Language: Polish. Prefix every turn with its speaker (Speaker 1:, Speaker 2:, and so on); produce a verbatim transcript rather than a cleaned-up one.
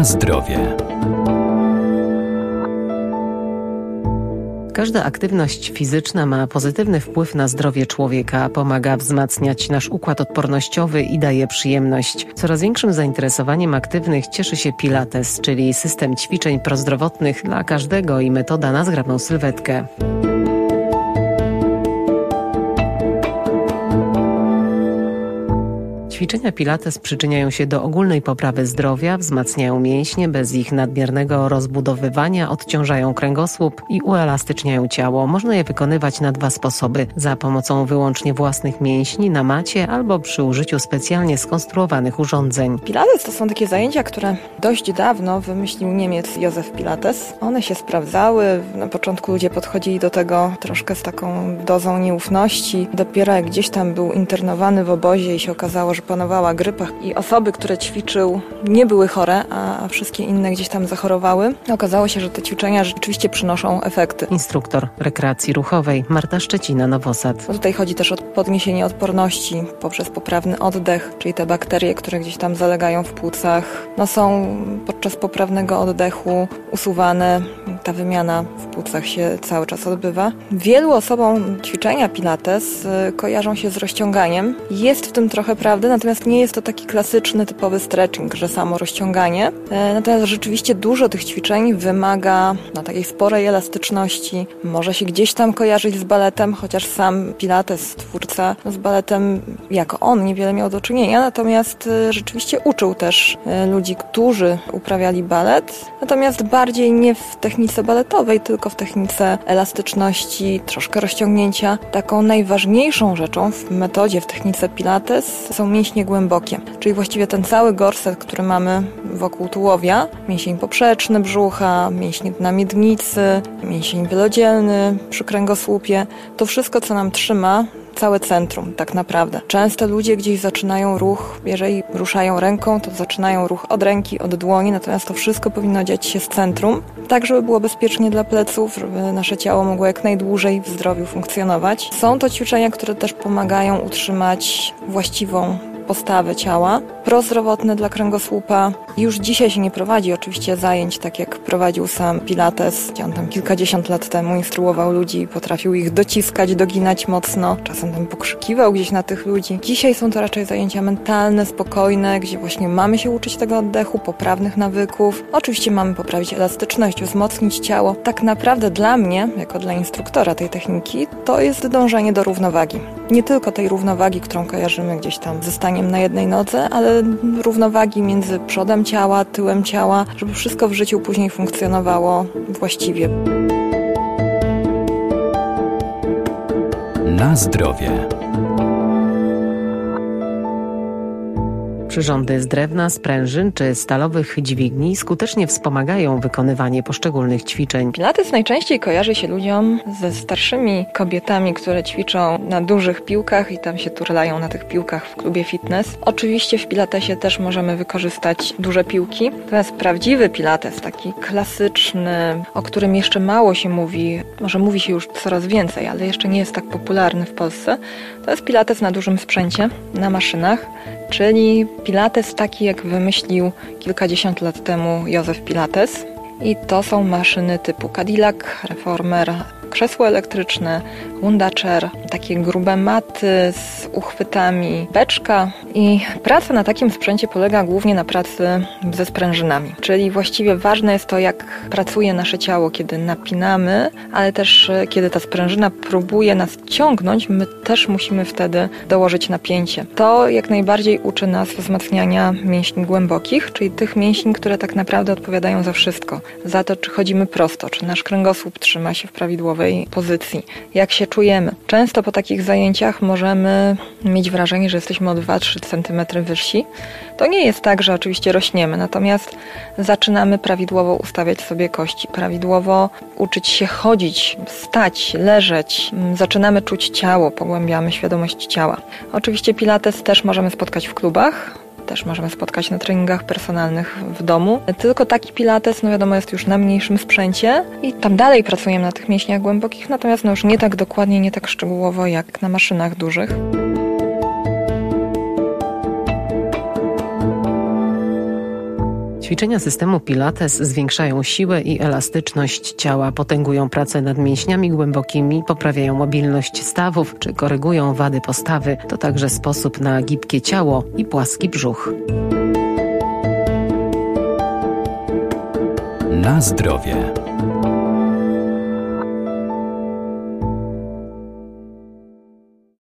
Speaker 1: Na zdrowie.
Speaker 2: Każda aktywność fizyczna ma pozytywny wpływ na zdrowie człowieka, pomaga wzmacniać nasz układ odpornościowy i daje przyjemność. Coraz większym zainteresowaniem aktywnych cieszy się Pilates, czyli system ćwiczeń prozdrowotnych dla każdego i metoda na zgrabną sylwetkę. Ćwiczenia Pilates przyczyniają się do ogólnej poprawy zdrowia, wzmacniają mięśnie bez ich nadmiernego rozbudowywania, odciążają kręgosłup i uelastyczniają ciało. Można je wykonywać na dwa sposoby: za pomocą wyłącznie własnych mięśni na macie albo przy użyciu specjalnie skonstruowanych urządzeń.
Speaker 3: Pilates to są takie zajęcia, które dość dawno wymyślił Niemiec Józef Pilates. One się sprawdzały. Na początku ludzie podchodzili do tego troszkę z taką dozą nieufności. Dopiero jak gdzieś tam był internowany w obozie i się okazało, że panowała grypa i osoby, które ćwiczył, nie były chore, a wszystkie inne gdzieś tam zachorowały. Okazało się, że te ćwiczenia rzeczywiście przynoszą efekty.
Speaker 2: Instruktor rekreacji ruchowej Marta Szczecina, Nowosad.
Speaker 3: No tutaj chodzi też o podniesienie odporności poprzez poprawny oddech, czyli te bakterie, które gdzieś tam zalegają w płucach, no są podczas poprawnego oddechu usuwane. Ta wymiana w płucach się cały czas odbywa. Wielu osobom ćwiczenia Pilates kojarzą się z rozciąganiem. Jest w tym trochę prawdy, natomiast nie jest to taki klasyczny, typowy stretching, że samo rozciąganie. Natomiast rzeczywiście dużo tych ćwiczeń wymaga no, takiej sporej elastyczności. Może się gdzieś tam kojarzyć z baletem, chociaż sam Pilates, twórca, no, z baletem jako on niewiele miał do czynienia, natomiast rzeczywiście uczył też ludzi, którzy uprawiali balet, natomiast bardziej nie w technice baletowej, tylko w technice elastyczności, troszkę rozciągnięcia. Taką najważniejszą rzeczą w metodzie, w technice Pilates są mięśnie głębokie, czyli właściwie ten cały gorset, który mamy wokół tułowia, mięsień poprzeczny brzucha, mięśnie na miednicy, mięsień wielodzielny przy kręgosłupie, to wszystko, co nam trzyma całe centrum tak naprawdę. Często ludzie gdzieś zaczynają ruch, jeżeli ruszają ręką, to zaczynają ruch od ręki, od dłoni, natomiast to wszystko powinno dziać się z centrum, tak żeby było bezpiecznie dla pleców, żeby nasze ciało mogło jak najdłużej w zdrowiu funkcjonować. Są to ćwiczenia, które też pomagają utrzymać właściwą postawę ciała, prozdrowotne dla kręgosłupa. Już dzisiaj się nie prowadzi oczywiście zajęć, tak jak prowadził sam Pilates. On tam kilkadziesiąt lat temu instruował ludzi i potrafił ich dociskać, doginać mocno. Czasem tam pokrzykiwał gdzieś na tych ludzi. Dzisiaj są to raczej zajęcia mentalne, spokojne, gdzie właśnie mamy się uczyć tego oddechu, poprawnych nawyków. Oczywiście mamy poprawić elastyczność, wzmocnić ciało. Tak naprawdę dla mnie, jako dla instruktora tej techniki, to jest dążenie do równowagi. Nie tylko tej równowagi, którą kojarzymy gdzieś tam ze staniem na jednej nodze, ale równowagi między przodem ciała, tyłem ciała, żeby wszystko w życiu później funkcjonowało właściwie.
Speaker 1: Na zdrowie.
Speaker 2: Przyrządy z drewna, sprężyn czy stalowych dźwigni skutecznie wspomagają wykonywanie poszczególnych ćwiczeń.
Speaker 3: Pilates najczęściej kojarzy się ludziom ze starszymi kobietami, które ćwiczą na dużych piłkach i tam się turlają na tych piłkach w klubie fitness. Oczywiście w Pilatesie też możemy wykorzystać duże piłki. Natomiast prawdziwy Pilates, taki klasyczny, o którym jeszcze mało się mówi, może mówi się już coraz więcej, ale jeszcze nie jest tak popularny w Polsce, to jest Pilates na dużym sprzęcie, na maszynach, czyli Pilates taki, jak wymyślił kilkadziesiąt lat temu Józef Pilates. I to są maszyny typu Cadillac, Reformer, krzesło elektryczne, Wunderchair, takie grube maty z uchwytami, beczka. I praca na takim sprzęcie polega głównie na pracy ze sprężynami. Czyli właściwie ważne jest to, jak pracuje nasze ciało, kiedy napinamy, ale też kiedy ta sprężyna próbuje nas ciągnąć, my też musimy wtedy dołożyć napięcie. To jak najbardziej uczy nas wzmacniania mięśni głębokich, czyli tych mięśni, które tak naprawdę odpowiadają za wszystko. Za to, czy chodzimy prosto, czy nasz kręgosłup trzyma się w prawidłowej pozycji, jak się czujemy. Często po takich zajęciach możemy mieć wrażenie, że jesteśmy o dwa trzy centymetry wyżsi. To nie jest tak, że oczywiście rośniemy, natomiast zaczynamy prawidłowo ustawiać sobie kości, prawidłowo uczyć się chodzić, stać, leżeć. Zaczynamy czuć ciało, pogłębiamy świadomość ciała. Oczywiście Pilates też możemy spotkać w klubach, też możemy spotkać na treningach personalnych w domu. Tylko taki Pilates, no wiadomo, jest już na mniejszym sprzęcie i tam dalej pracujemy na tych mięśniach głębokich, natomiast no już nie tak dokładnie, nie tak szczegółowo jak na maszynach dużych.
Speaker 2: Ćwiczenia systemu Pilates zwiększają siłę i elastyczność ciała, potęgują pracę nad mięśniami głębokimi, poprawiają mobilność stawów czy korygują wady postawy. To także sposób na gibkie ciało i płaski brzuch.
Speaker 1: Na zdrowie.